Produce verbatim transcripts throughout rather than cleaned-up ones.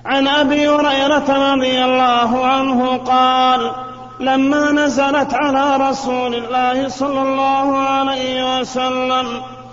عن أبي هريرة رضي الله عنه قال: لما نزلت على رسول الله صلى الله عليه وسلم: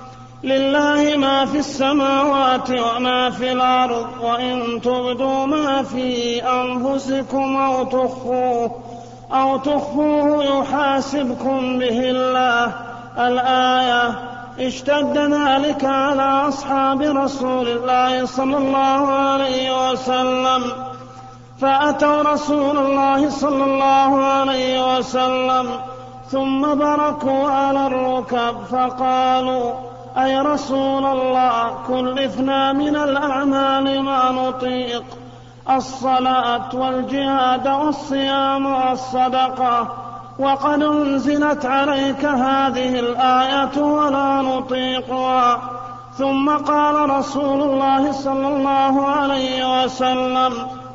لله ما في السماوات وما في الأرض، وإن تبدوا ما في أنفسكم أو تخفوه أو تخفوه يحاسبكم به الله، الآية، اشتد ذلك على أصحاب رسول الله صلى الله عليه وسلم، فأتوا رسول الله صلى الله عليه وسلم ثم بركوا على الركب فقالوا: أي رسول الله، كلفنا من الأعمال ما نطيق، الصلاة والجهاد والصيام والصدقة، وقد أنزلت عليك هذه الآية ولا نطيقها. ثم قال رسول الله صلى الله عليه وسلم: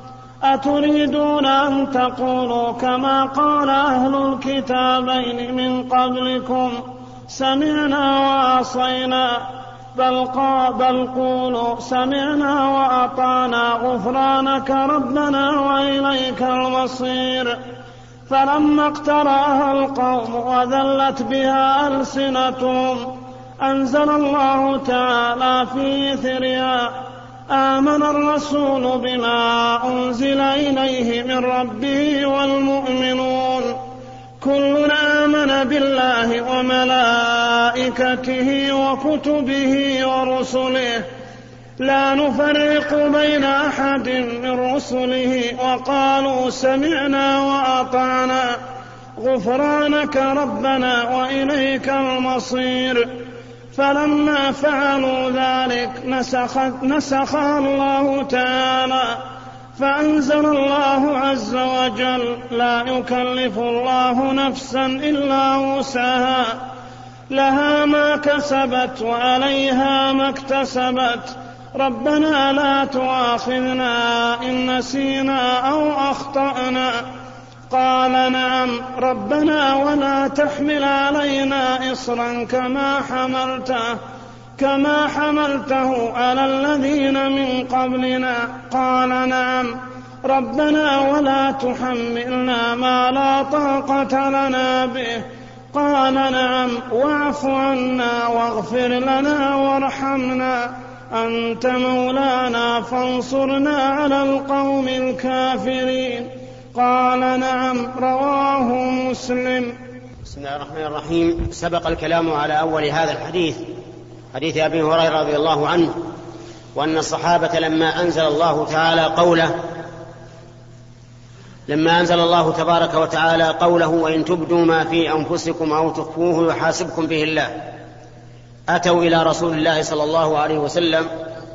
أتريدون أن تقولوا كما قال أهل الكتابين من قبلكم: سمعنا وعصينا، بل, بل قولوا سمعنا وأطعنا غفرانك ربنا وإليك المصير. فلما اقترأها القوم وذلت بها ألسنتهم أنزل الله تعالى في إثرها: آمن الرسول بما أنزل إليه من ربه والمؤمنون كل آمن بالله وملائكته وكتبه ورسله لا نفرق بين أحد من رسله، وقالوا سمعنا وأطعنا غفرانك ربنا وإليك المصير. فلما فعلوا ذلك نسخ الله تعالى فأنزل الله عز وجل: لا يكلف الله نفسا إلا وسعها، لها ما كسبت وعليها ما اكتسبت، ربنا لا تؤاخذنا إن نسينا أو أخطأنا. قال: نعم ربنا، ولا تحمل علينا إصرا كما حملته كما حملته على الذين من قبلنا. قال: نعم ربنا، ولا تحملنا ما لا طاقة لنا به. قال: نعم، واعف عنا واغفر لنا وارحمنا، أنت مولانا فانصرنا على القوم الكافرين. قال: نعم. رواه مسلم. بسم الله الرحمن الرحيم. سبق الكلام على أول هذا الحديث، حديث أبي هريرة رضي الله عنه، وأن الصحابة لما أنزل الله تعالى قوله لما أنزل الله تبارك وتعالى قوله: وإن تبدوا ما في أنفسكم أو تخفوه يحاسبكم به الله، أتوا إلى رسول الله صلى الله عليه وسلم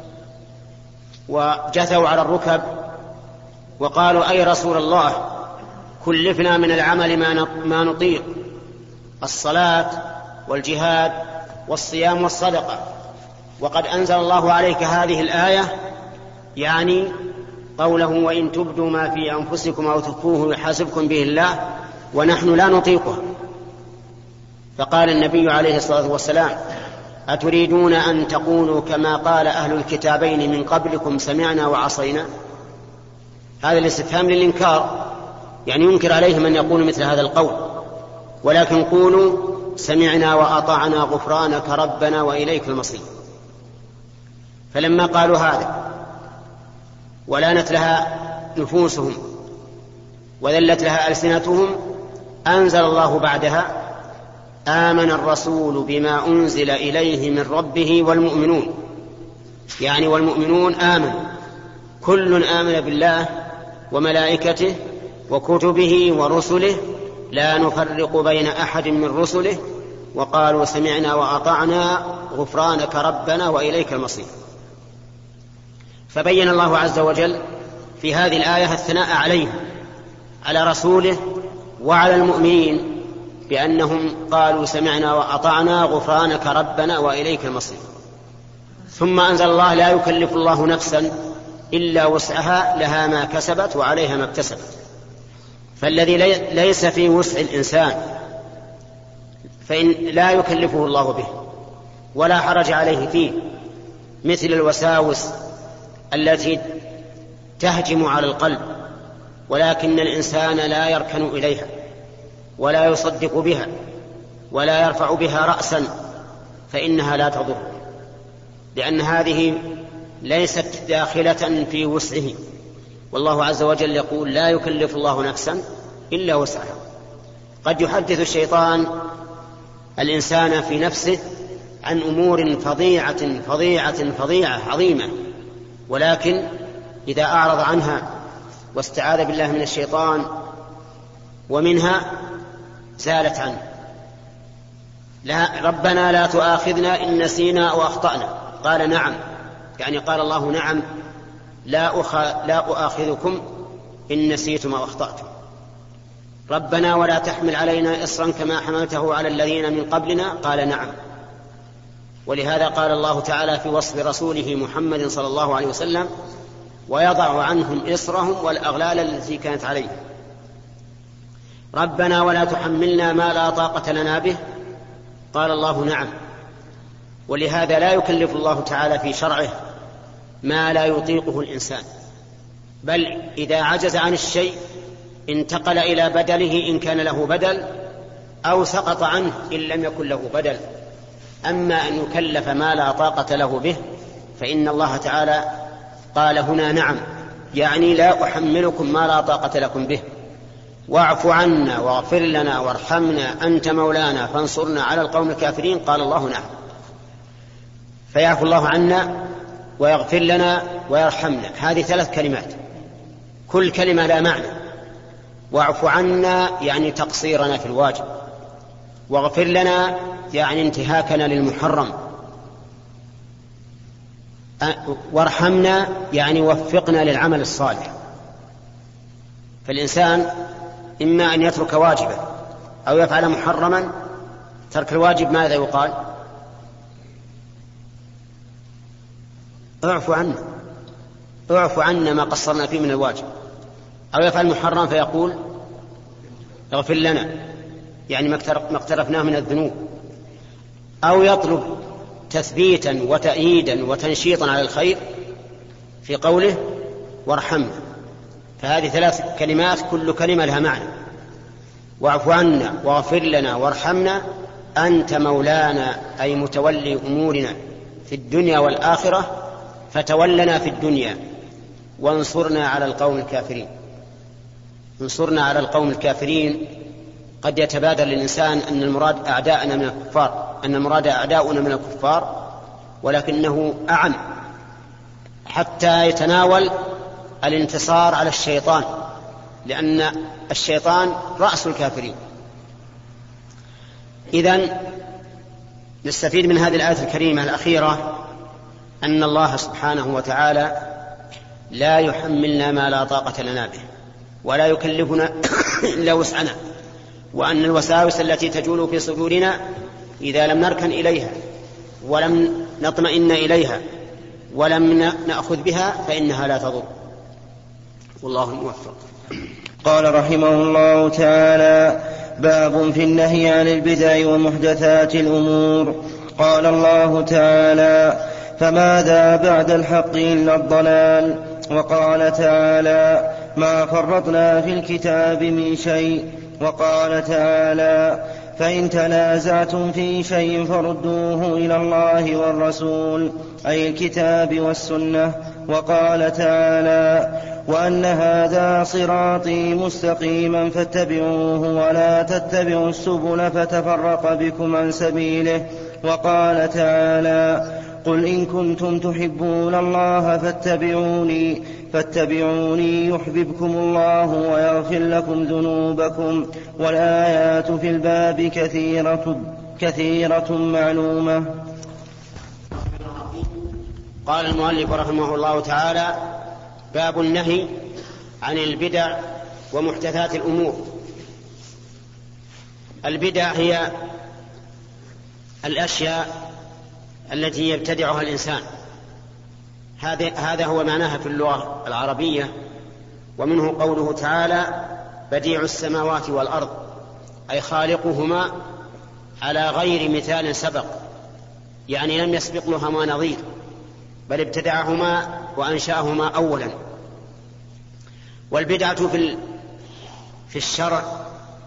وجثوا على الركب وقالوا: أي رسول الله، كلفنا من العمل ما نطيق، الصلاة والجهاد والصيام والصدقة، وقد أنزل الله عليك هذه الآية، يعني قوله: وإن تبدوا ما في أنفسكم أو تخفوه يحاسبكم به الله، ونحن لا نطيقه. فقال النبي عليه الصلاة والسلام: أتريدون أن تقولوا كما قال أهل الكتابين من قبلكم: سمعنا وعصينا؟ هذا الاستفهام للإنكار، يعني ينكر عليهم أن يقولوا مثل هذا القول، ولكن قولوا سمعنا وأطعنا غفرانك ربنا وإليك المصير. فلما قالوا هذا ولانت لها نفوسهم وذلت لها ألسنتهم أنزل الله بعدها: آمن الرسول بما أنزل إليه من ربه والمؤمنون، يعني والمؤمنون آمن، كل آمن بالله وملائكته وكتبه ورسله لا نفرق بين أحد من رسله، وقالوا سمعنا وأطعنا غفرانك ربنا وإليك المصير. فبين الله عز وجل في هذه الآية الثناء عليه، على رسوله وعلى المؤمنين، بأنهم قالوا سمعنا وأطعنا غفرانك ربنا وإليك المصير. ثم أنزل الله: لا يكلف الله نفسا إلا وسعها، لها ما كسبت وعليها ما اكتسبت. فالذي ليس في وسع الإنسان فإن لا يكلفه الله به ولا حرج عليه فيه، مثل الوساوس التي تهجم على القلب، ولكن الإنسان لا يركن إليها ولا يصدق بها ولا يرفع بها رأسا، فإنها لا تضر، لأن هذه ليست داخلة في وسعه. والله عز وجل يقول: لا يكلف الله نفسا إلا وسعها. قد يحدث الشيطان الإنسان في نفسه عن أمور فظيعة فظيعة فظيعة عظيمة، ولكن إذا أعرض عنها واستعاذ بالله من الشيطان ومنها زالت عنه. لا ربنا لا تؤاخذنا إن نسينا أو أخطأنا. قال نعم، يعني قال الله نعم لا, أخ... لا أؤاخذكم إن نسيتم أو أخطأتم. ربنا ولا تحمل علينا إصرا كما حملته على الذين من قبلنا. قال نعم. ولهذا قال الله تعالى في وصف رسوله محمد صلى الله عليه وسلم: ويضع عنهم إصرهم والأغلال التي كانت عليهم. ربنا ولا تحملنا ما لا طاقة لنا به. قال الله نعم. ولهذا لا يكلف الله تعالى في شرعه ما لا يطيقه الإنسان، بل إذا عجز عن الشيء انتقل إلى بدله إن كان له بدل، أو سقط عنه إن لم يكن له بدل. أما أن يكلف ما لا طاقة له به فإن الله تعالى قال هنا نعم، يعني لا أحملكم ما لا طاقة لكم به، واعف عنا واغفر لنا وارحمنا أنت مولانا فانصرنا على القوم الكافرين. قال الله نعم. فيعفو الله عنا ويغفر لنا ويرحمنا، هذه ثلاث كلمات كل كلمة لا معنى. واعف عنا يعني تقصيرنا في الواجب، واغفر لنا يعني انتهاكنا للمحرم، وارحمنا يعني وفقنا للعمل الصالح. فالإنسان إما أن يترك واجبا أو يفعل محرما. ترك الواجب ماذا يقال؟ اعفو عنا، اعفو عنا ما قصرنا فيه من الواجب. أو يفعل محرما فيقول اغفر لنا، يعني ما اقترفناه من الذنوب. أو يطلب تثبيتا وتأييدا وتنشيطا على الخير في قوله وارحمنا. فهذه ثلاث كلمات كل كلمة لها معنى. واعف عنا واغفر لنا وارحمنا أنت مولانا، أي متولي أمورنا في الدنيا والآخرة، فتولنا في الدنيا وانصرنا على القوم الكافرين. انصرنا على القوم الكافرين قد يتبادر للإنسان أن المراد أعداءنا من الكفار، أن المراد أعداؤنا من الكفار، ولكنه أعم حتى يتناول الانتصار على الشيطان، لأن الشيطان رأس الكافرين. إذن نستفيد من هذه الآية الكريمة الأخيرة أن الله سبحانه وتعالى لا يحملنا ما لا طاقة لنا به ولا يكلفنا إلا وسعنا، وأن الوساوس التي تجول في صدورنا إذا لم نركن إليها ولم نطمئن إليها ولم نأخذ بها فإنها لا تضر. والله الموفق. قال رحمه الله تعالى: باب في النهي عن البدع ومحدثات الأمور. قال الله تعالى: فماذا بعد الحق إلا الضلال. وقال تعالى: ما فرطنا في الكتاب من شيء. وقال تعالى: فإن تنازعتم في شيء فردوه إلى الله والرسول، أي الكتاب والسنة. وقال تعالى: وأن هذا صراطي مستقيما فاتبعوه ولا تتبعوا السبل فتفرق بكم عن سبيله. وقال تعالى: قل إن كنتم تحبون الله فاتبعوني فاتبعوني يحببكم الله ويغفر لكم ذنوبكم. والآيات في الباب كثيرة, كثيرة معلومة. قال المؤلف رحمه الله تعالى: باب النهي عن البدع ومحدثات الأمور. البدع هي الأشياء التي يبتدعها الإنسان، هذا هو معناها في اللغة العربية. ومنه قوله تعالى: بديع السماوات والأرض، أي خالقهما على غير مثال سبق، يعني لم يسبق لهما نظير، بل ابتدعهما وأنشأهما أولا. والبدعة في في الشرع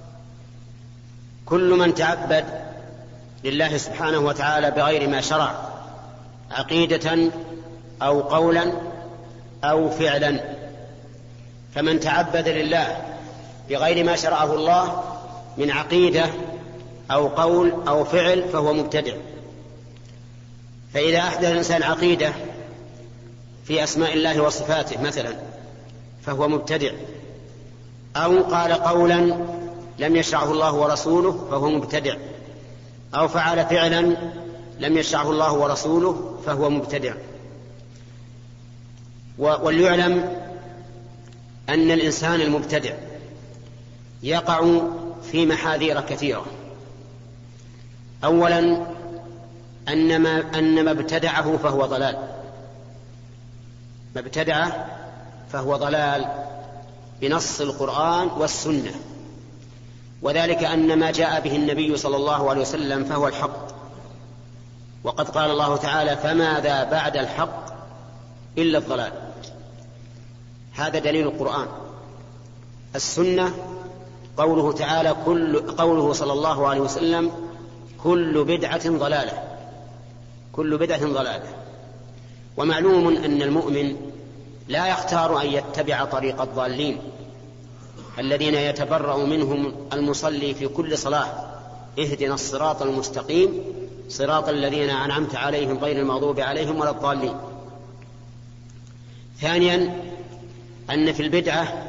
كل من تعبد لله سبحانه وتعالى بغير ما شرع عقيدة أو قولا أو فعلا. فمن تعبد لله بغير ما شرعه الله من عقيدة أو قول أو فعل فهو مبتدع. فإذا أحدث الإنسان عقيدة في أسماء الله وصفاته مثلا فهو مبتدع، أو قال قولا لم يشرعه الله ورسوله فهو مبتدع، أو فعل فعلا لم يشرعه الله ورسوله فهو مبتدع. وليعلم أن الإنسان المبتدع يقع في محاذير كثيرة. أولا أن ما, أن ما ابتدعه فهو ضلال، ما ابتدعه فهو ضلال بنص القرآن والسنة، وذلك أن ما جاء به النبي صلى الله عليه وسلم فهو الحق، وقد قال الله تعالى فماذا بعد الحق إلا الضلال. هذا دليل القرآن. السنة قوله تعالى كل قوله صلى الله عليه وسلم كل بدعة ضلالة، كل بدعة ضلالة. ومعلوم أن المؤمن لا يختار أن يتبع طريق الضالين الذين يتبرأ منهم المصلي في كل صلاة اهدنا الصراط المستقيم صراط الذين أنعمت عليهم غير المغضوب عليهم ولا الضالين. ثانيا أن في البدعة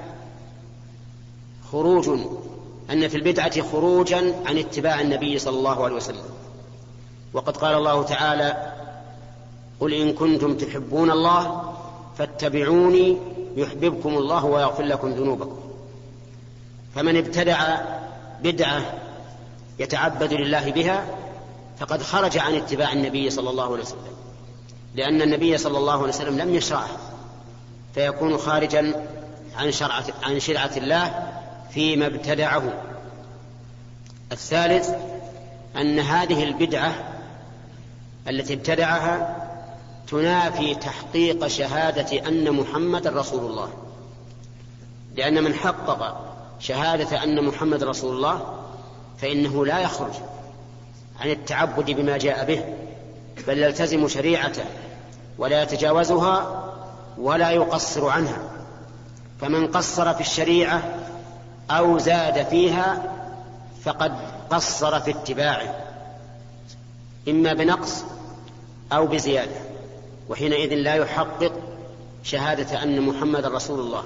خروج أن في البدعة خروجا عن اتباع النبي صلى الله عليه وسلم، وقد قال الله تعالى قل إن كنتم تحبون الله فاتبعوني يحببكم الله ويغفر لكم ذنوبكم. فمن ابتدع بدعة يتعبد لله بها فقد خرج عن اتباع النبي صلى الله عليه وسلم، لأن النبي صلى الله عليه وسلم لم يشرعه، فيكون خارجا عن شرعة, عن شرعة الله فيما ابتدعه. الثالث أن هذه البدعة التي ابتدعها تنافي تحقيق شهادة أن محمد رسول الله، لأن من حقق شهادة أن محمد رسول الله فإنه لا يخرج عن التعبد بما جاء به، بل يلتزم شريعته ولا يتجاوزها ولا يقصر عنها. فمن قصر في الشريعة أو زاد فيها فقد قصر في اتباعه، إما بنقص أو بزيادة، وحينئذ لا يحقق شهادة أن محمد رسول الله.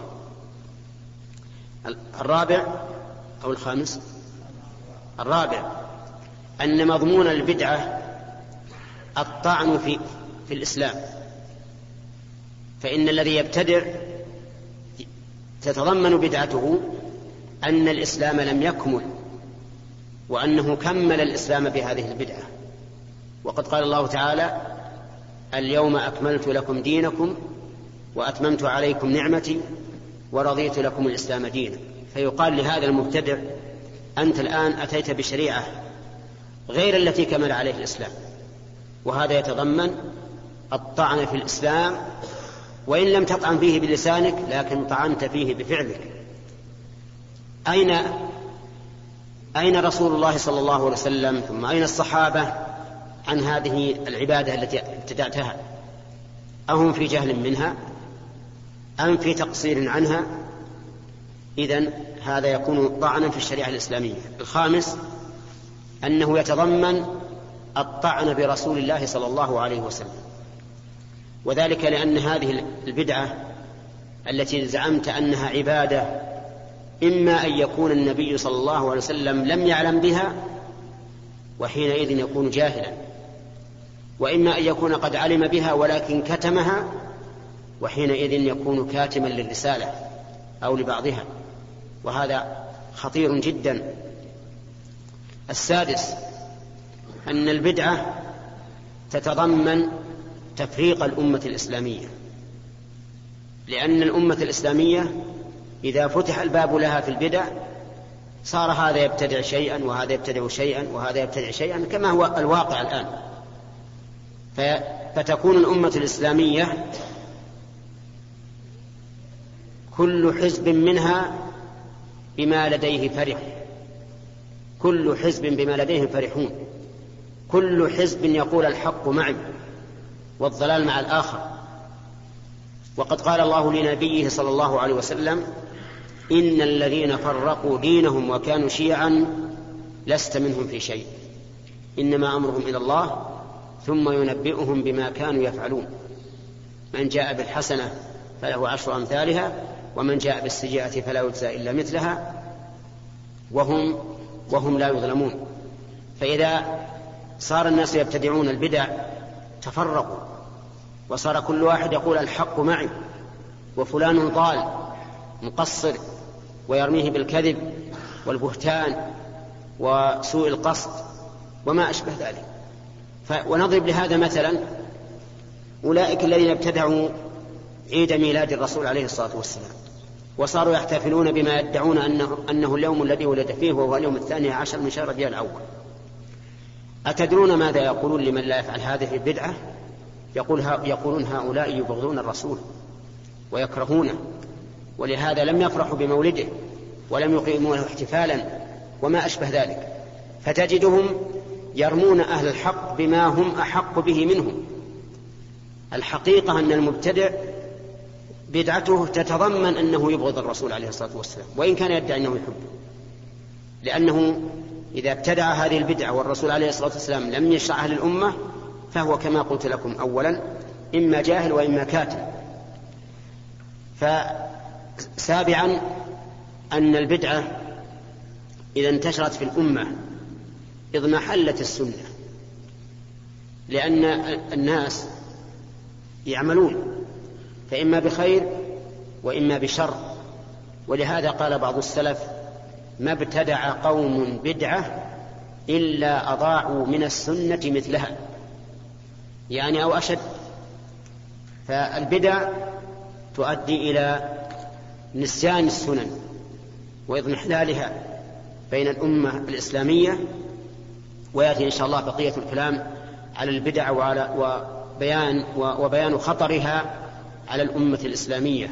الرابع أو الخامس الرابع أن مضمون البدعة الطعن في, في الإسلام، فإن الذي يبتدع تتضمن بدعته أن الإسلام لم يكمل، وأنه كمل الإسلام بهذه البدعة. وقد قال الله تعالى اليوم أكملت لكم دينكم وأتممت عليكم نعمتي ورضيت لكم الإسلام دينا. فيقال لهذا المبتدع أنت الآن أتيت بشريعة غير التي كمل عليه الإسلام، وهذا يتضمن الطعن في الإسلام، وإن لم تطعن فيه بلسانك لكن طعنت فيه بفعلك. أين أين رسول الله صلى الله عليه وسلم ثم أين الصحابة عن هذه العبادة التي ابتدعتها؟ أهم في جهل منها أم في تقصير عنها؟ إذن هذا يكون طعنا في الشريعة الإسلامية. الخامس أنه يتضمن الطعن برسول الله صلى الله عليه وسلم، وذلك لأن هذه البدعة التي زعمت أنها عبادة إما أن يكون النبي صلى الله عليه وسلم لم يعلم بها وحينئذ يكون جاهلا، وإما أن يكون قد علم بها ولكن كتمها وحينئذ يكون كاتما للرسالة أو لبعضها، وهذا خطير جدا. السادس أن البدعة تتضمن تفريق الأمة الإسلامية، لأن الأمة الإسلامية إذا فتح الباب لها في البدع صار هذا يبتدع شيئا وهذا يبتدع شيئا وهذا يبتدع شيئا كما هو الواقع الآن، فتكون الأمة الإسلامية كل حزب منها بما لديه فرح، كل حزب بما لديه فرحون، كل حزب يقول الحق معي والضلال مع الآخر. وقد قال الله لنبيه صلى الله عليه وسلم: إن الذين فرقوا دينهم وكانوا شيعا لست منهم في شيء، إنما أمرهم إلى الله ثم ينبئهم بما كانوا يفعلون. من جاء بالحسنة فله عشر أمثالها ومن جاء بالسيئة فلا يجزى إلا مثلها وهم, وهم لا يظلمون. فإذا صار الناس يبتدعون البدع تفرقوا، وصار كل واحد يقول الحق معي وفلان ضال مقصر، ويرميه بالكذب والبهتان وسوء القصد وما أشبه ذلك. ونضرب لهذا مثلا أولئك الذين ابتدعوا عيد ميلاد الرسول عليه الصلاة والسلام وصاروا يحتفلون بما يدعون أنه, أنه اليوم الذي ولد فيه وهو اليوم الثاني عشر من شهر ربيع الأول. أتدرون ماذا يقولون لمن لا يفعل هذه البدعة؟ يقول يقولون هؤلاء يبغضون الرسول ويكرهونه، ولهذا لم يفرحوا بمولده ولم يقيموا له احتفالا وما أشبه ذلك. فتجدهم يرمون أهل الحق بما هم أحق به منهم. الحقيقة أن المبتدع بدعته تتضمن أنه يبغض الرسول عليه الصلاة والسلام وإن كان يدعي أنه يحبه، لأنه إذا ابتدع هذه البدعة والرسول عليه الصلاة والسلام لم يشرعها للأمة فهو كما قلت لكم أولا إما جاهل وإما كاتب. فسابعا أن البدعة إذا انتشرت في الأمة اضمحلت السنة، لأن الناس يعملون فإما بخير وإما بشر. ولهذا قال بعض السلف: ما ابتدع قوم بدعة إلا أضاعوا من السنة مثلها، يعني أو أشد. فالبدع تؤدي إلى نسيان السنن وإضمحلالها بين الأمة الإسلامية. ويأتي إن شاء الله بقية الكلام على البدع وعلى وبيان, وبيان خطرها على الأمة الإسلامية.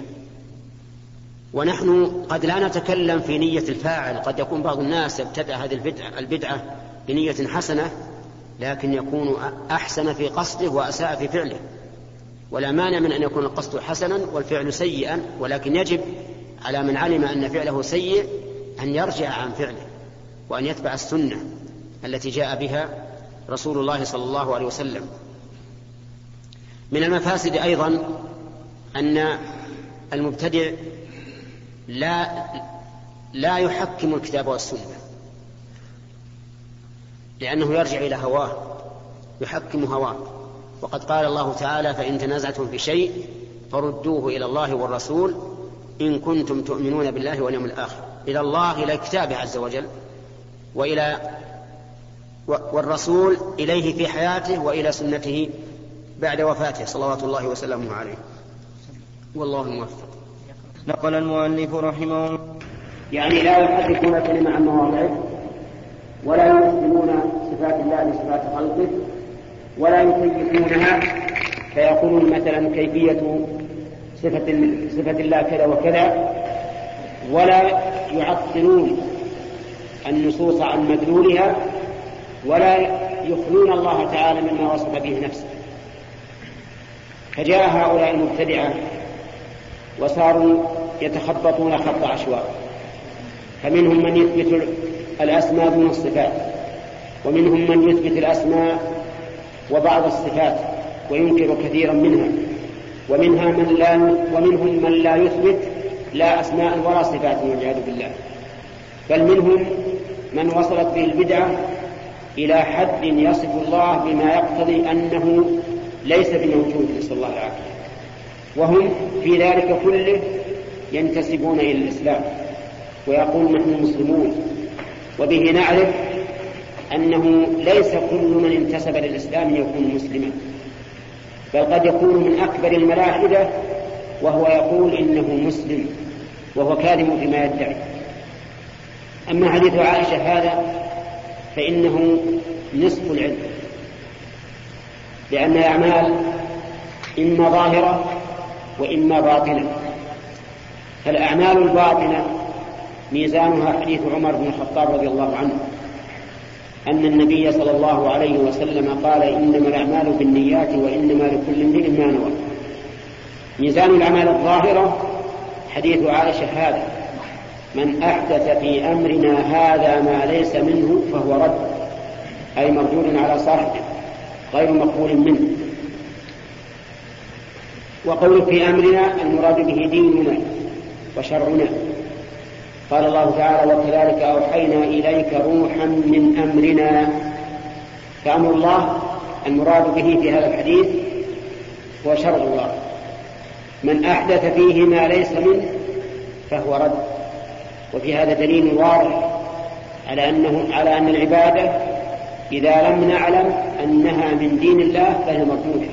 ونحن قد لا نتكلم في نية الفاعل، قد يكون بعض الناس ابتدع هذه البدعة, البدعة بنية حسنة لكن يكون أحسن في قصده وأساء في فعله، ولا مانع من أن يكون القصد حسنا والفعل سيئا، ولكن يجب على من علم أن فعله سيء أن يرجع عن فعله وأن يتبع السنة التي جاء بها رسول الله صلى الله عليه وسلم. من المفاسد أيضا أن المبتدع لا, لا يحكم الكتاب والسنة، لأنه يرجع إلى هواه يحكم هواه. وقد قال الله تعالى: فإن تنازعتم في شيء فردوه إلى الله والرسول إن كنتم تؤمنون بالله واليوم الآخر. إلى الله إلى كتابه عز وجل، وإلى والرسول إليه في حياته وإلى سنته بعد وفاته صلوات الله وسلامه عليه. والله الموفق. نقل المؤلف رحمه الله يعني لا يحدثون كلمة عن مواضعه ولا يسلمون صفات الله بصفات خلقه ولا يكيفونها، فيقولون مثلا كيفية صفة, صفة الله كذا وكذا، ولا يعطلون النصوص عن مدلولها، ولا يخلون الله تعالى مما وصف به نفسه. فجاء هؤلاء المبتدعة وصاروا يتخبطون خط عشواء، فمنهم من يثبت الأسماء دون الصفات، ومنهم من يثبت الأسماء وبعض الصفات وينكر كثيرا منها، ومنها من لا ومنهم من لا يثبت لا أسماء ولا صفات والعياذ بالله. بل منهم من وصلت به البدعة إلى حد يصف الله بما يقتضي أنه ليس بموجود، نسأل الله العافية، وهم في ذلك كله ينتسبون إلى الإسلام ويقول نحن مسلمون. وبه نعرف أنه ليس كل من انتسب للإسلام يكون مسلما، بل قد يكون من أكبر الملاحدة وهو يقول إنه مسلم وهو كاذب فيما يدعي. أما حديث عائشة هذا فإنه نصف العلم، لأن الأعمال إما ظاهرة وإما باطنة، فالأعمال الباطنة ميزانها حديث عمر بن الخطاب رضي الله عنه أن النبي صلى الله عليه وسلم قال إنما الأعمال بالنيات وإنما لكل امرئ ما نوى. ميزان الأعمال الظاهرة حديث عائشة هذا: من أحدث في أمرنا هذا ما ليس منه فهو رد، أي مردود على صاحبه غير مقبول منه. وقول في أمرنا المراد به ديننا وشرعنا. قال الله تعالى: وكذلك أوحينا إليك روحا من أمرنا. فأمر الله المراد به في هذا الحديث هو شرع الله. من أحدث فيه ما ليس منه فهو رد. وفي هذا دليل واضح على أنه على أن العبادة إذا لم نعلم أنها من دين الله فهي مردودة.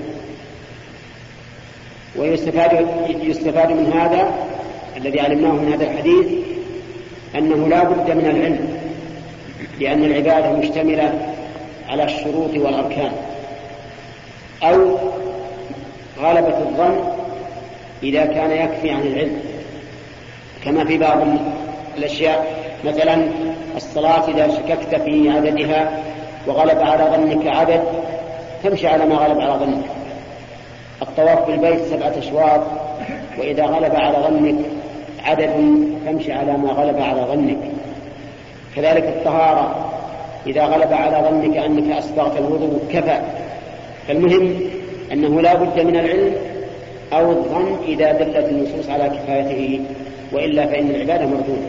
ويستفاد يستفاد من هذا الذي علمناه من هذا الحديث أنه لا بد من العلم، لأن العبادة مشتملة على الشروط والأركان. أو غلبة الظن إذا كان يكفي عن العلم، كما في بعض الأشياء، مثلا الصلاة إذا شككت في عددها وغلب على ظنك عدد تمشي على ما غلب على ظنك. الطواف بالبيت سبعة أشواط، وإذا غلب على ظنك عدد تمشي على ما غلب على ظنك. كذلك الطهارة إذا غلب على ظنك أنك أسبغت الوضوء كفى. فالمهم أنه لا بد من العلم أو الظن إذا دلت النصوص على كفايته، وإلا فإن العبادة مردودة.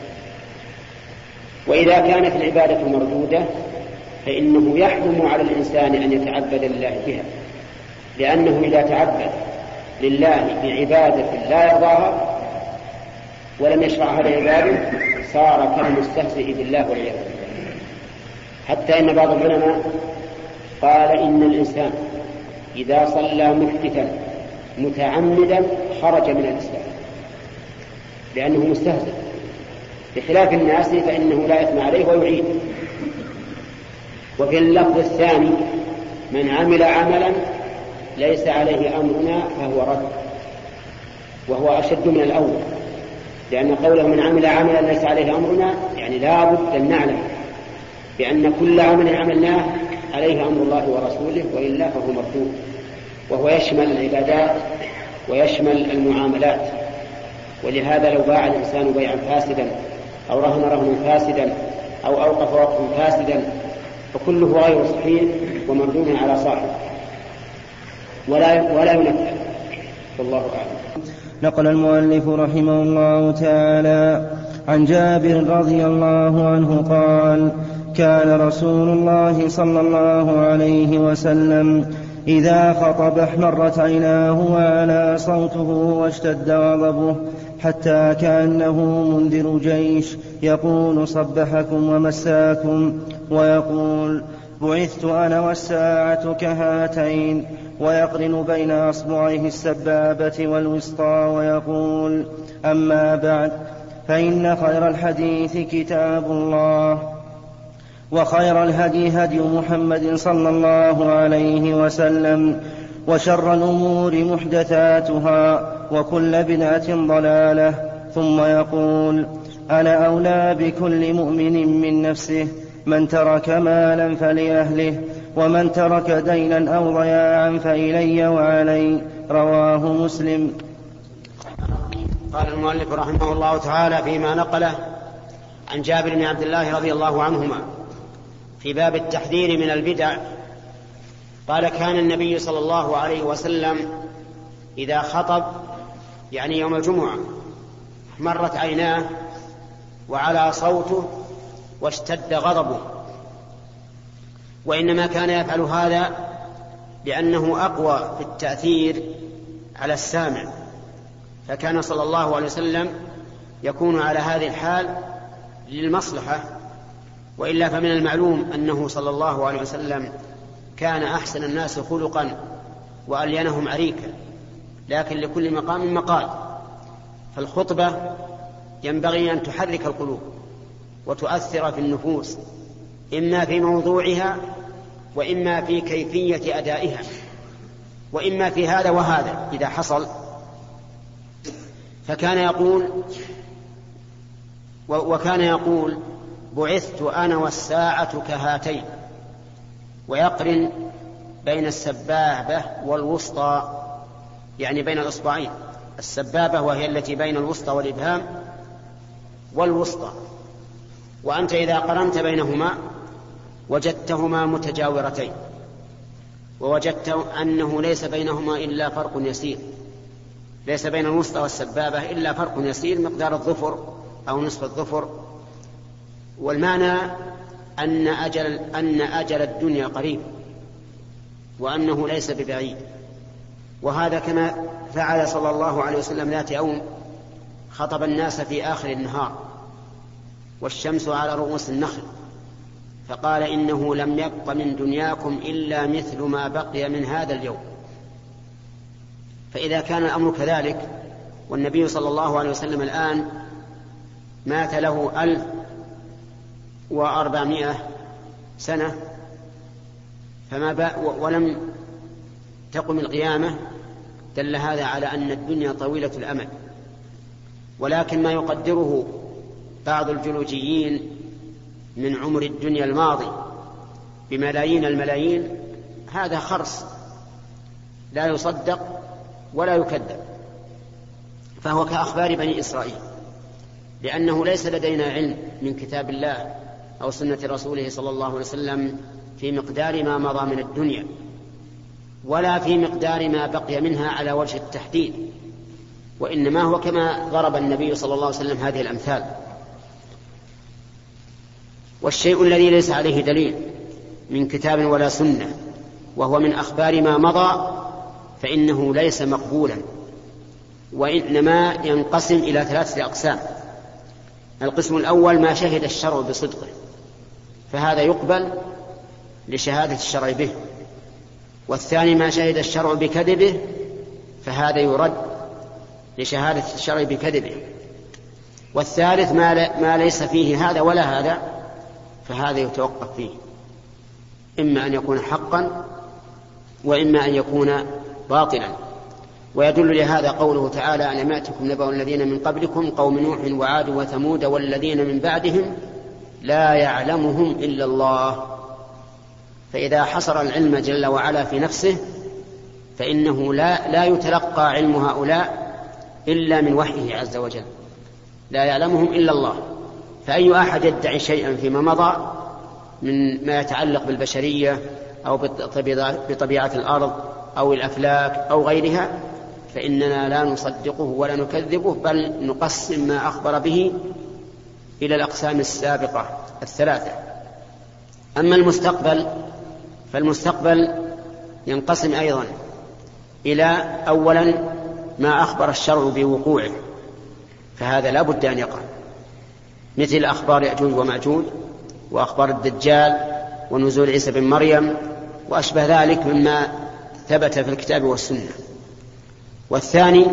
وإذا كانت العبادة مردودة فإنه يحرم على الإنسان أن يتعبد لله بها، لأنه إذا تعبد لله بعبادة لا يرضاها ولم يشرعها لعباده صار كالمستهزئ بالله والعياذ بالله. حتى إن بعض العلماء قال إن الإنسان إذا صلى محدثا متعمدا خرج من الإسلام، لأنه مستهزئ، بخلاف الناس فإنه لا إثم عليه ويعيد. وفي اللفظ الثاني: من عمل عملا ليس عليه أمرنا فهو رد، وهو أشد من الأول، لأن قوله من عمل عملا ليس عليه أمرنا يعني لا بد أن نعلم بأن كل عمل عملناه عليه أمر الله ورسوله، وإلا فهو مردود. وهو يشمل العبادات ويشمل المعاملات. ولهذا لو باع الإنسان بيعا فاسدا أو رهن رهنا فاسدا أو أوقف وقفا فاسدا فكله غير صحيح ومردود على صاحبه ولا ولا ينفذ. والله أعلم. نقل المؤلف رحمه الله تعالى عن جابر رضي الله عنه قال: كان رسول الله صلى الله عليه وسلم إذا خطب احمرت عيناه وعلى صوته واشتد غضبه حتى كأنه منذر جيش يقول: صبحكم ومساكم، ويقول: بعثت أنا والساعة كهاتين، ويقرن بين أصبعيه السبابة والوسطى، ويقول: أما بعد، فإن خير الحديث كتاب الله، وخير الهدي هدي محمد صلى الله عليه وسلم، وشر الأمور محدثاتها، وكل بدعة ضلالة. ثم يقول: أنا أولى بكل مؤمن من نفسه، من ترك مالا فلأهله، ومن ترك دينا أو ضياعا فإلي وعلي. رواه مسلم. قال المؤلف رحمه الله تعالى فيما نقله عن جابر بن عبد الله رضي الله عنهما في باب التحذير من البدع قال: كان النبي صلى الله عليه وسلم إذا خطب يعني يوم الجمعة مرت عيناه وعلى صوته واشتد غضبه. وإنما كان يفعل هذا لأنه أقوى في التأثير على السامع، فكان صلى الله عليه وسلم يكون على هذه الحال للمصلحة. وإلا فمن المعلوم أنه صلى الله عليه وسلم كان أحسن الناس خلقا وألينهم عريكا، لكن لكل مقام مقال. فالخطبة ينبغي أن تحرك القلوب وتؤثر في النفوس، إما في موضوعها وإما في كيفية أدائها وإما في هذا وهذا إذا حصل. فكان يقول وكان يقول بعثت أنا والساعة كهاتين، ويقرن بين السبابة والوسطى، يعني بين الإصبعين. السبابة وهي التي بين الوسطى والإبهام، والوسطى، وأنت إذا قرنت بينهما وجدتهما متجاورتين، ووجدت أنه ليس بينهما إلا فرق يسير، ليس بين الوسطى والسبابة إلا فرق يسير مقدار الظفر أو نصف الظفر. والمعنى أن أجل, أن أجل الدنيا قريب، وأنه ليس ببعيد. وهذا كما فعل صلى الله عليه وسلم ذات يوم، خطب الناس في آخر النهار والشمس على رؤوس النخل، فقال إنه لم يبق من دنياكم إلا مثل ما بقي من هذا اليوم. فإذا كان الأمر كذلك، والنبي صلى الله عليه وسلم الآن مات له ألف وأربعمائة سنة فما بقى ولم تقم القيامة، دل هذا على أن الدنيا طويلة الأمد. ولكن ما يقدره بعض الجيولوجيين من عمر الدنيا الماضي بملايين الملايين هذا خرص لا يصدق ولا يكذب، فهو كأخبار بني إسرائيل، لأنه ليس لدينا علم من كتاب الله أو سنة رسوله صلى الله عليه وسلم في مقدار ما مضى من الدنيا، ولا في مقدار ما بقي منها على وجه التحديد، وإنما هو كما ضرب النبي صلى الله عليه وسلم هذه الأمثال. والشيء الذي ليس عليه دليل من كتاب ولا سنة وهو من أخبار ما مضى فإنه ليس مقبولا، وإنما ينقسم إلى ثلاثة أقسام. القسم الأول ما شهد الشرع بصدقه، فهذا يقبل لشهادة الشرع به. والثاني ما شهد الشرع بكذبه، فهذا يرد لشهادة الشرع بكذبه. والثالث ما, ما ليس فيه هذا ولا هذا، فهذا يتوقف فيه، إما أن يكون حقا وإما أن يكون باطلا. ويدل لهذا قوله تعالى: ألم يأتكم نبأ الذين من قبلكم قوم نوح وعاد وثمود والذين من بعدهم لا يعلمهم إلا الله. فإذا حصر العلم جل وعلا في نفسه فإنه لا, لا يتلقى علم هؤلاء إلا من وحيه عز وجل، لا يعلمهم إلا الله. فأي أحد يدعي شيئا فيما مضى من ما يتعلق بالبشرية أو بطبيعة الأرض أو الأفلاك أو غيرها فإننا لا نصدقه ولا نكذبه، بل نقسم ما أخبر به إلى الأقسام السابقة الثلاثة. أما المستقبل فالمستقبل ينقسم أيضا إلى أولا ما أخبر الشرع بوقوعه، فهذا لا بد أن يقع، مثل أخبار يأجوج ومأجوج وأخبار الدجال ونزول عيسى بن مريم وأشبه ذلك مما ثبت في الكتاب والسنة. والثاني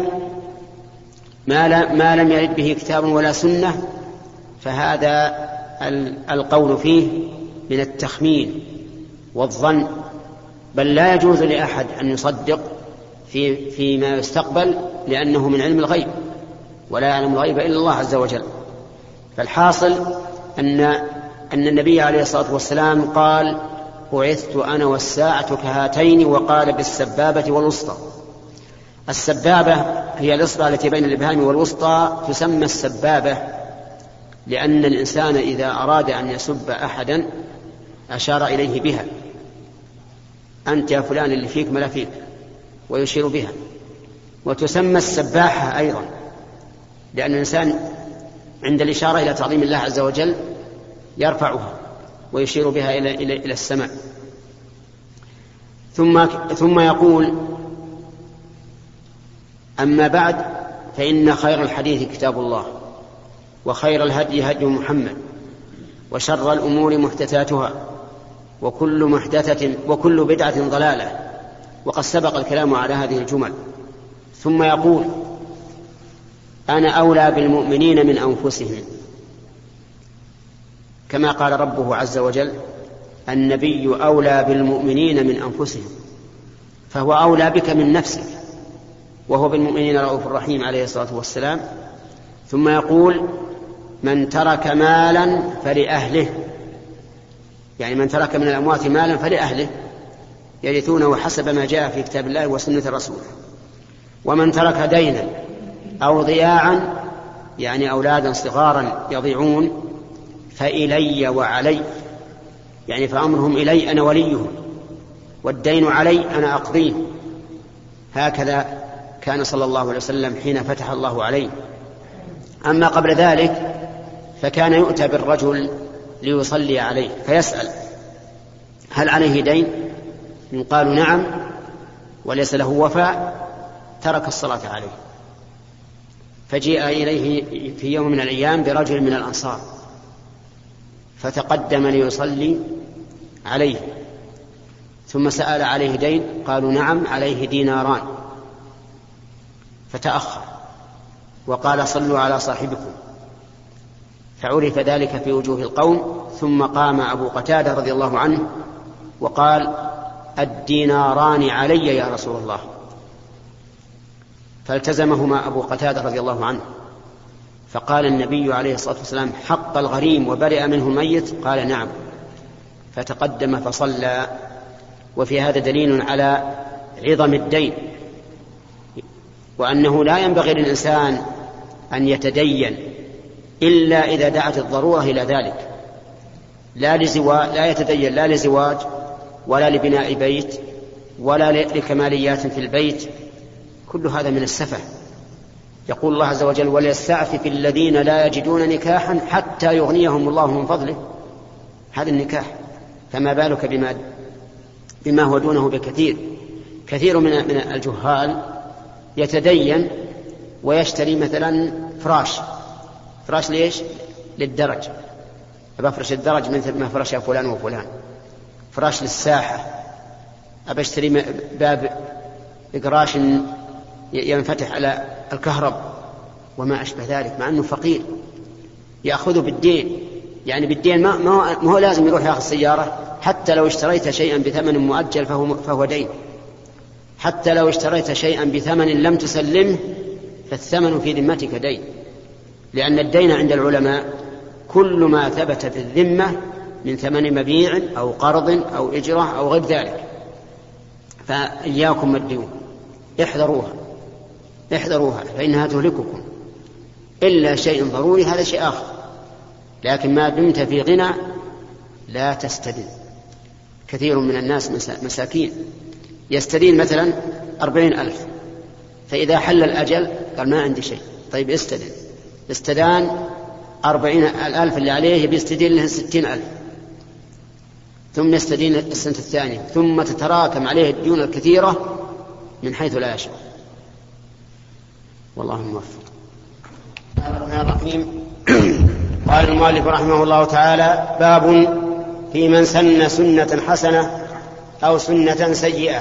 ما, ما لم يرد به كتاب ولا سنة، فهذا القول فيه من التخمين والظن، بل لا يجوز لأحد أن يصدق في فيما يستقبل، لأنه من علم الغيب ولا يعلم الغيب إلا الله عز وجل. فالحاصل أن أن النبي عليه الصلاة والسلام قال: بعثت أنا والساعة كهاتين، وقال بالسبابة والوسطى. السبابة هي الإصبع التي بين الإبهام والوسطى، تسمى السبابة لأن الإنسان إذا أراد أن يسب أحدا أشار إليه بها: أنت يا فلان اللي فيك ملا فيك، ويشير بها. وتسمى السباحة أيضا لأن الإنسان عند الإشارة إلى تعظيم الله عز وجل يرفعها ويشير بها إلى, إلى, إلى السماء. ثم, ثم يقول: أما بعد، فإن خير الحديث كتاب الله، وخير الهدي هدي محمد، وشر الأمور محدثاتها، وكل محدثة وكل بدعة ضلالة. وقد سبق الكلام على هذه الجمل. ثم يقول: أنا أولى بالمؤمنين من أنفسهم، كما قال ربه عز وجل: النبي أولى بالمؤمنين من أنفسهم، فهو أولى بك من نفسك، وهو بالمؤمنين رؤوف رحيم عليه الصلاة والسلام. ثم يقول من ترك مالا فلأهله، يعني من ترك من الأموات مالا فلأهله يرثونه حسب ما جاء في كتاب الله وسنة رسوله. ومن ترك دينا أو ضياعا، يعني أولادا صغارا يضيعون، فإلي وعلي، يعني فأمرهم إلي أنا وليهم، والدين علي أنا أقضيه. هكذا كان صلى الله عليه وسلم حين فتح الله عليه. أما قبل ذلك فكان يؤتى بالرجل ليصلي عليه فيسأل هل عليه دين؟ إن قالوا نعم وليس له وفاء ترك الصلاة عليه. فجيء إليه في يوم من الأيام برجل من الأنصار فتقدم ليصلي عليه، ثم سأل عليه دين؟ قالوا نعم عليه ديناران، فتأخر وقال صلوا على صاحبكم، فعرف ذلك في وجوه القوم. ثم قام أبو قتادة رضي الله عنه وقال الديناران علي يا رسول الله، فالتزمهما أبو قتادة رضي الله عنه. فقال النبي عليه الصلاة والسلام حق الغريم وبرئ منه الميت؟ قال نعم، فتقدم فصلى. وفي هذا دليل على عظم الدين، وأنه لا ينبغي للإنسان أن يتدين إلا إذا دعت الضرورة إلى ذلك، لا لزواج، لا يتدين لا لزواج ولا لبناء بيت ولا لكماليات في البيت، كل هذا من السفه. يقول الله عز وجل وليستعفف الذين لا يجدون نكاحا حتى يغنيهم الله من فضله، هذا النكاح، فما بالك بما, بما هو دونه بكثير. كثير من الجهال يتدين ويشتري مثلا فراش فراش ليش؟ للدرج، أبفرش الدرج مثل ما فرشها فلان وفلان، فراش للساحة، أبشتري باب إقراش ينفتح على الكهرب وما أشبه ذلك، مع أنه فقير يأخذه بالدين. يعني بالدين ما, ما هو لازم يروح يأخذ سيارة، حتى لو اشتريت شيئا بثمن مؤجل فهو, فهو دين، حتى لو اشتريت شيئا بثمن لم تسلمه فالثمن في ذمتك دين، لأن الدين عند العلماء كل ما ثبت في الذمة من ثمن مبيع أو قرض أو إجرة أو غير ذلك. فإياكم الديون، احذروها احذروها فإنها تهلككم، إلا شيء ضروري هذا شيء آخر، لكن ما دمت في غنى لا تستدين. كثير من الناس مساكين يستدين مثلا أربعين ألف، فإذا حل الأجل قال ما عندي شيء، طيب استدين، استدان أربعين الألف اللي عليه بيستدين له ستين ألف، ثم يستدين السنة الثانية، ثم تتراكم عليه الديون الكثيرة من حيث لا يشعر. والله موفق. الرحمن الرحيم. قال المؤلف رحمه الله تعالى باب في من سن سنة حسنة أو سنة سيئة.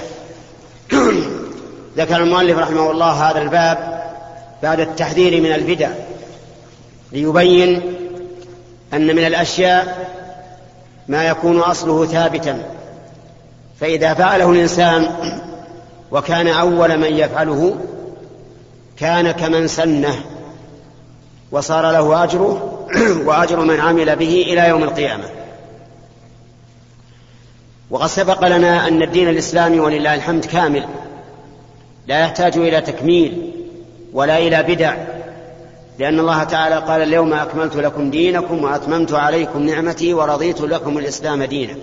ذكر المؤلف رحمه الله هذا الباب بعد التحذير من البدع ليبين أن من الأشياء ما يكون أصله ثابتا، فإذا فعله الإنسان وكان أول من يفعله كان كمن سنه وصار له أجره وأجر من عمل به إلى يوم القيامة. وقد سبق لنا أن الدين الإسلامي ولله الحمد كامل، لا يحتاج إلى تكميل ولا إلى بدع، لأن الله تعالى قال اليوم أكملت لكم دينكم وأتممت عليكم نعمتي ورضيت لكم الإسلام دينا.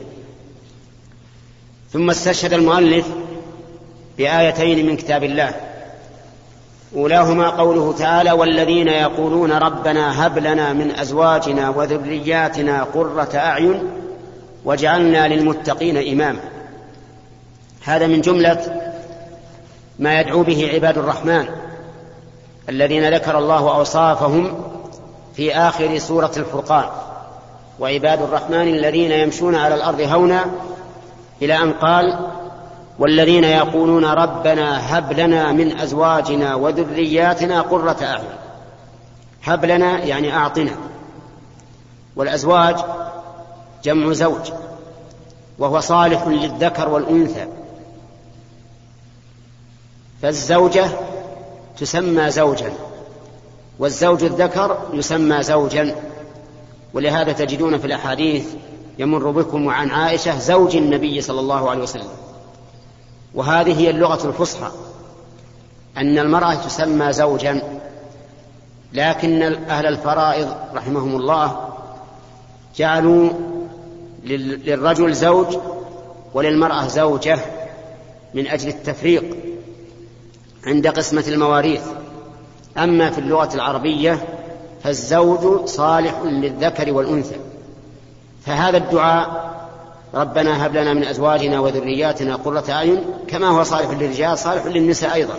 ثم استشهد المؤلف بآيتين من كتاب الله، أولاهما قوله تعالى والذين يقولون ربنا هب لنا من أزواجنا وذرياتنا قرة أعين واجعلنا للمتقين إماما. هذا من جملة ما يدعو به عباد الرحمن الذين ذكر الله أوصافهم في آخر سورة الفرقان، وعباد الرحمن الذين يمشون على الأرض هونا، إلى أن قال والذين يقولون ربنا هب لنا من أزواجنا وذرياتنا قرة أعين. هب لنا يعني أعطنا، والأزواج جمع زوج وهو صالح للذكر والأنثى، فالزوجة تسمى زوجا، والزوج الذكر يسمى زوجا. ولهذا تجدون في الأحاديث يمر بكم وعن عائشة زوج النبي صلى الله عليه وسلم. وهذه هي اللغة الفصحى، أن المرأة تسمى زوجا. لكن أهل الفرائض رحمهم الله جعلوا للرجل زوج وللمرأة زوجة من أجل التفريق عند قسمة المواريث. أما في اللغة العربية فالزوج صالح للذكر والأنثى. فهذا الدعاء ربنا هب لنا من أزواجنا وذرياتنا قرة أعين كما هو صالح للرجال صالح للنساء أيضا.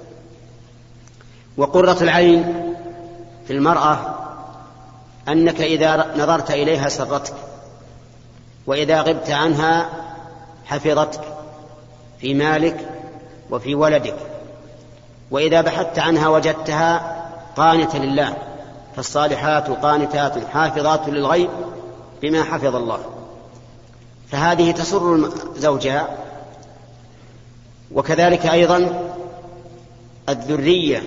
وقرة العين في المرأة أنك إذا نظرت إليها سرتك، وإذا غبت عنها حفظتك في مالك وفي ولدك، وإذا بحثت عنها وجدتها قانتة لله. فالصالحات قانتات حافظات للغيب بما حفظ الله. فهذه تسر زوجها. وكذلك أيضا الذرية،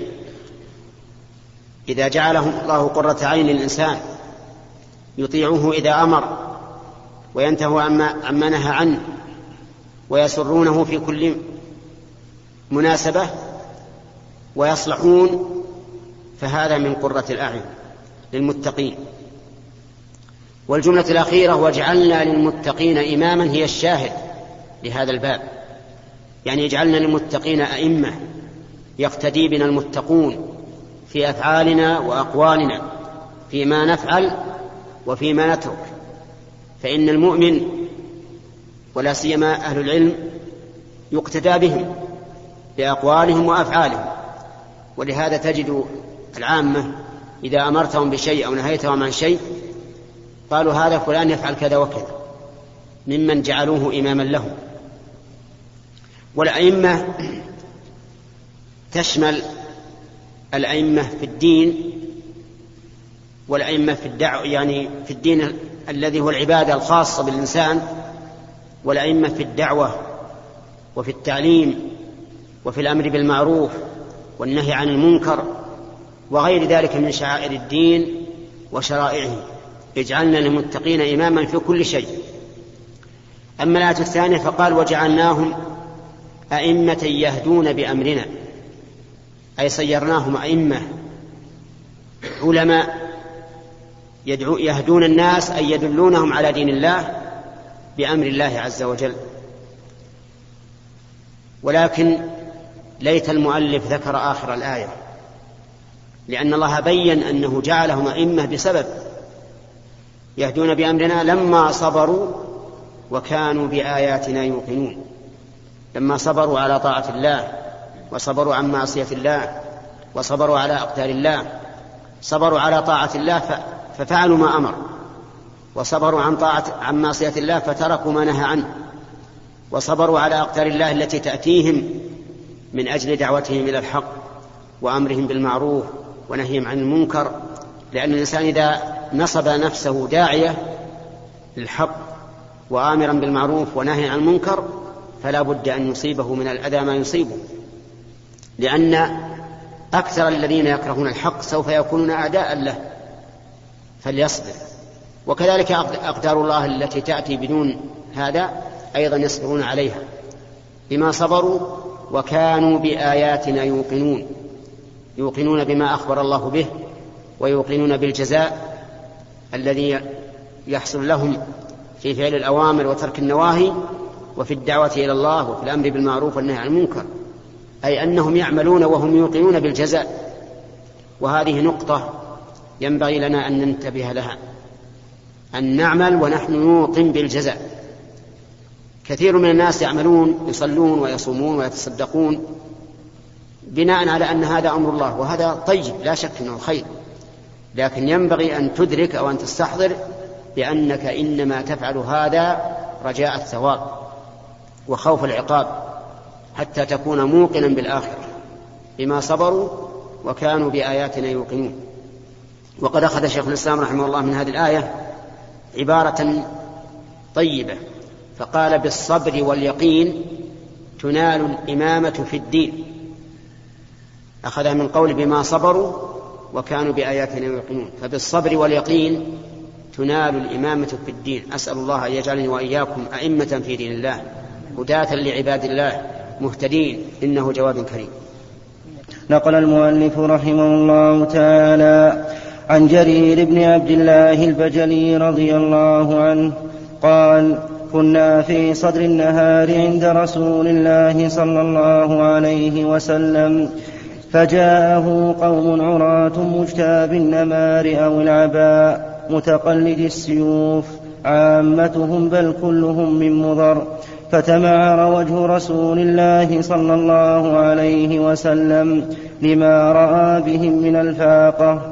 إذا جعله الله قرة عين للإنسان يطيعه إذا أمر وينتهي عما نهى عنه ويسرونه في كل مناسبة ويصلحون، فهذا من قرة الأعين للمتقين. والجملة الأخيرة واجعلنا للمتقين إماما هي الشاهد لهذا الباب، يعني اجعلنا للمتقين أئمة يقتدي بنا المتقون في أفعالنا وأقوالنا، فيما نفعل وفيما نترك. فإن المؤمن ولا سيما أهل العلم يقتدى بهم بأقوالهم وأفعالهم. ولهذا تجد العامة إذا أمرتهم بشيء أو نهيتهم عن شيء قالوا هذا فلان يفعل كذا وكذا، ممن جعلوه إماما له. والأئمة تشمل الأئمة في الدين والأئمة في الدعوة، يعني في الدين الذي هو العبادة الخاصة بالإنسان، والأئمة في الدعوة وفي التعليم وفي الأمر بالمعروف والنهي عن المنكر وغير ذلك من شعائر الدين وشرائعه. اجعلنا للمتقين إماما في كل شيء. أما الآية الثانية فقال وجعلناهم أئمة يهدون بأمرنا، أي صيرناهم أئمة علماء يدعو يهدون الناس، أي يدلونهم على دين الله بأمر الله عز وجل. ولكن ليت المؤلف ذكر آخر الآية، لأن الله بين أنه جعلهم أئمة بسبب يهدون بأمرنا لما صبروا وكانوا بآياتنا يوقنون. لما صبروا على طاعة الله وصبروا عن معصية الله وصبروا على أقدار الله، صبروا على طاعة الله ففعلوا ما أمر، وصبروا عن طاعة عن معصية الله فتركوا ما نهى عنه، وصبروا على أقدار الله التي تأتيهم من أجل دعوتهم إلى الحق وأمرهم بالمعروف ونهيهم عن المنكر. لأن الإنسان إذا نصب نفسه داعية للحق وآمرا بالمعروف ونهي عن المنكر فلا بد أن يصيبه من الأذى ما يصيبه، لأن أكثر الذين يكرهون الحق سوف يكونون أعداء له، فليصبر. وكذلك أقدار الله التي تأتي بدون هذا أيضا يصبرون عليها بما صبروا وكانوا بآياتنا يوقنون، يوقنون بما أخبر الله به ويوقنون بالجزاء الذي يحصل لهم في فعل الأوامر وترك النواهي وفي الدعوة إلى الله وفي الأمر بالمعروف والنهي عن المنكر، أي أنهم يعملون وهم يوقنون بالجزاء. وهذه نقطة ينبغي لنا أن ننتبه لها، أن نعمل ونحن نوقن بالجزاء. كثير من الناس يعملون يصلون ويصومون ويتصدقون بناء على أن هذا أمر الله، وهذا طيب لا شك أنه خير، لكن ينبغي أن تدرك أو أن تستحضر بأنك إنما تفعل هذا رجاء الثواب وخوف العقاب، حتى تكون موقنا بالآخرة بما صبروا وكانوا بآياتنا يوقنون. وقد أخذ شيخ الإسلام رحمه الله من هذه الآية عبارة طيبة فقال بالصبر واليقين تنال الإمامة في الدين. أخذها من قول بما صبروا وكانوا بآياتنا يوقنون. فبالصبر واليقين تنال الإمامة في الدين. أسأل الله أن يجعلني وإياكم أئمة في دين الله هداة لعباد الله مهتدين، إنه جواد كريم. نقل المؤلف رحمه الله تعالى عن جرير بن عبد الله البجلي رضي الله عنه قال: كنا في صدر النهار عند رسول الله صلى الله عليه وسلم، فجاءه قوم عراة مجتاب النمار أو العباء متقلد السيوف عامتهم بل كلهم من مضر، فتمعر وجه رسول الله صلى الله عليه وسلم لما رأى بهم من الفاقة،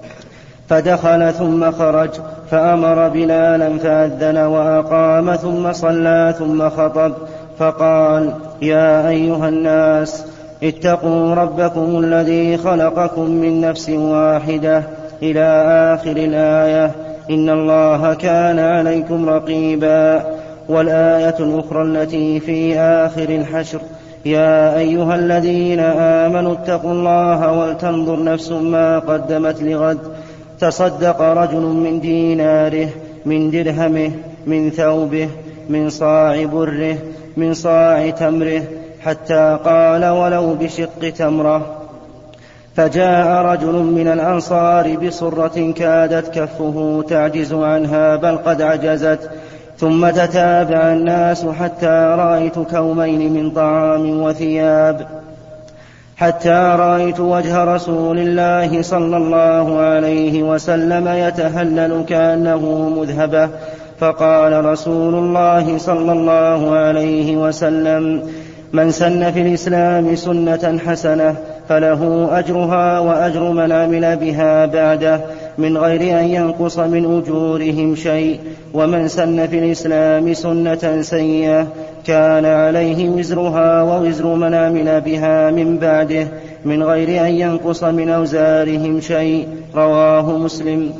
فدخل ثم خرج فأمر بلالا فأذن وأقام ثم صلى ثم خطب، فقال: يا أيها الناس اتقوا ربكم الذي خلقكم من نفس واحدة إلى آخر الآية، إن الله كان عليكم رقيبا. والآية الأخرى التي في آخر الحشر: يا أيها الذين آمنوا اتقوا الله ولتنظر نفس ما قدمت لغد، تصدق رجل من ديناره من درهمه من ثوبه من صاع بره من صاع تمره، حتى قال: ولو بشق تمرة. فجاء رجل من الأنصار بصرة كادت كفه تعجز عنها بل قد عجزت، ثم تتابع الناس حتى رأيت كومين من طعام وثياب، حتى رأيت وجه رسول الله صلى الله عليه وسلم يتهلل كأنه مذهبة، فقال رسول الله صلى الله عليه وسلم: من سن في الإسلام سنة حسنة فله أجرها وأجر من عمل بها بعده من غير أن ينقص من أجورهم شيء، ومن سن في الإسلام سنة سيئة كان عليه وزرها ووزر من عمل بها من بعده من غير أن ينقص من أوزارهم شيء. رواه مسلم.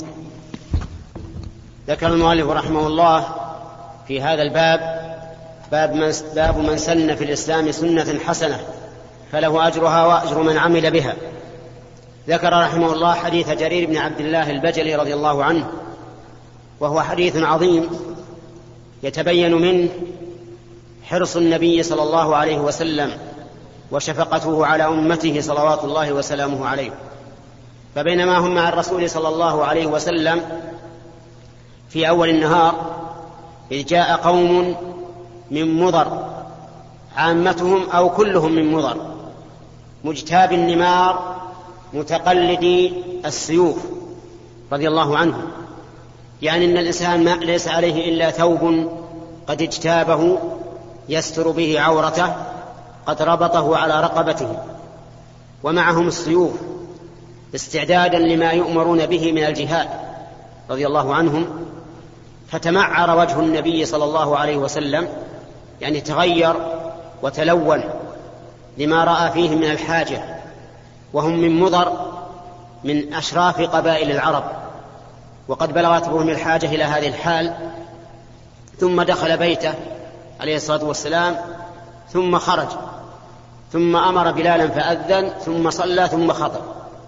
ذكر المؤلف رحمه الله في هذا الباب باب من, باب من سن في الإسلام سنة حسنة فله أجرها وأجر من عمل بها. ذكر رحمه الله حديث جرير بن عبد الله البجلي رضي الله عنه، وهو حديث عظيم يتبين منه حرص النبي صلى الله عليه وسلم وشفقته على أمته صلوات الله وسلامه عليه. فبينما هم مع الرسول صلى الله عليه وسلم في أول النهار إذ جاء قوم من مضر عامتهم أو كلهم من مضر مجتاب النمار متقلدي السيوف رضي الله عنهم، يعني أن الإنسان ما ليس عليه إلا ثوب قد اجتابه يستر به عورته قد ربطه على رقبته، ومعهم السيوف استعدادا لما يؤمرون به من الجهاد رضي الله عنهم. فتمعر وجه النبي صلى الله عليه وسلم، يعني تغير وتلون لما رأى فيه من الحاجة، وهم من مضر من أشراف قبائل العرب، وقد بلغت بهم الحاجة إلى هذه الحال. ثم دخل بيته عليه الصلاة والسلام ثم خرج ثم أمر بلالا فأذن ثم صلى ثم خطب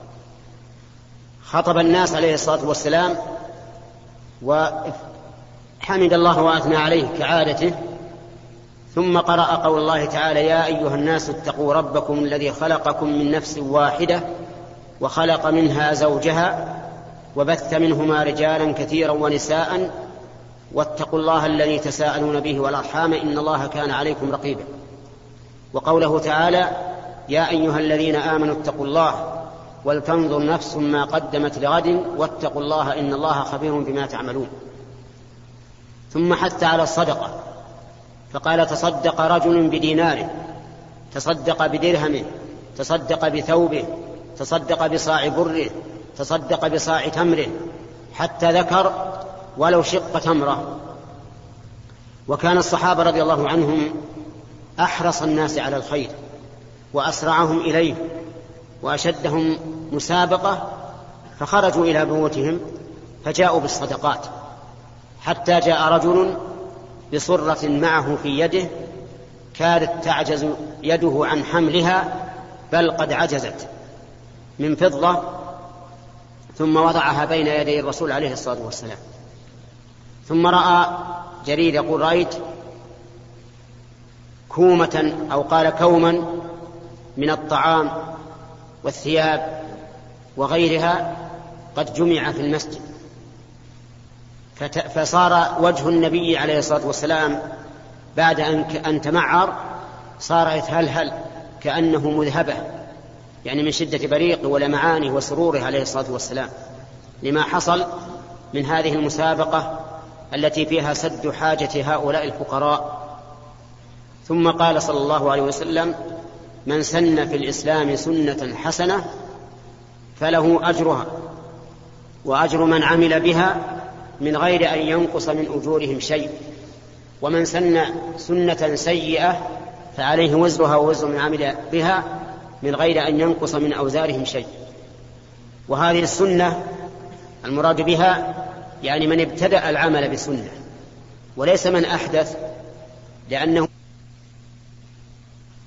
خطب الناس عليه الصلاة والسلام وحمد الله وأثنى عليه كعادته، ثم قرأ قول الله تعالى: يا أيها الناس اتقوا ربكم الذي خلقكم من نفس واحدة وخلق منها زوجها وبث منهما رجالا كثيرا ونساء واتقوا الله الذي تساءلون به والأرحام إن الله كان عليكم رقيبا. وقوله تعالى: يا أيها الذين آمنوا اتقوا الله ولتنظر نفس ما قدمت لغد واتقوا الله إن الله خبير بما تعملون. ثم حث على الصدقة فقال: تصدق رجل بديناره، تصدق بدرهمه، تصدق بثوبه، تصدق بصاع بره، تصدق بصاع تمره، حتى ذكر ولو شق تمرة. وكان الصحابة رضي الله عنهم أحرص الناس على الخير وأسرعهم إليه وأشدهم مسابقة، فخرجوا إلى بيوتهم فجاءوا بالصدقات، حتى جاء رجل بصرة معه في يده كادت تعجز يده عن حملها بل قد عجزت، من فضة ثم وضعها بين يدي الرسول عليه الصلاة والسلام. ثم رأى جرير يقول رأيت كومة أو قال كوما من الطعام والثياب وغيرها قد جمع في المسجد، فصار وجه النبي عليه الصلاة والسلام بعد أن تمعر صار يتهلهل كأنه مذهبة، يعني من شدة بريقه ولمعانه وسروره عليه الصلاة والسلام لما حصل من هذه المسابقة التي فيها سد حاجة هؤلاء الفقراء. ثم قال صلى الله عليه وسلم: من سن في الإسلام سنة حسنة فله أجرها وأجر من عمل بها من غير أن ينقص من أجورهم شيء، ومن سن سنة سيئة فعليه وزرها ووزر من عمل بها من غير أن ينقص من أوزارهم شيء. وهذه السنة المراد بها يعني من ابتدأ العمل بسنة وليس من أحدث، لأنه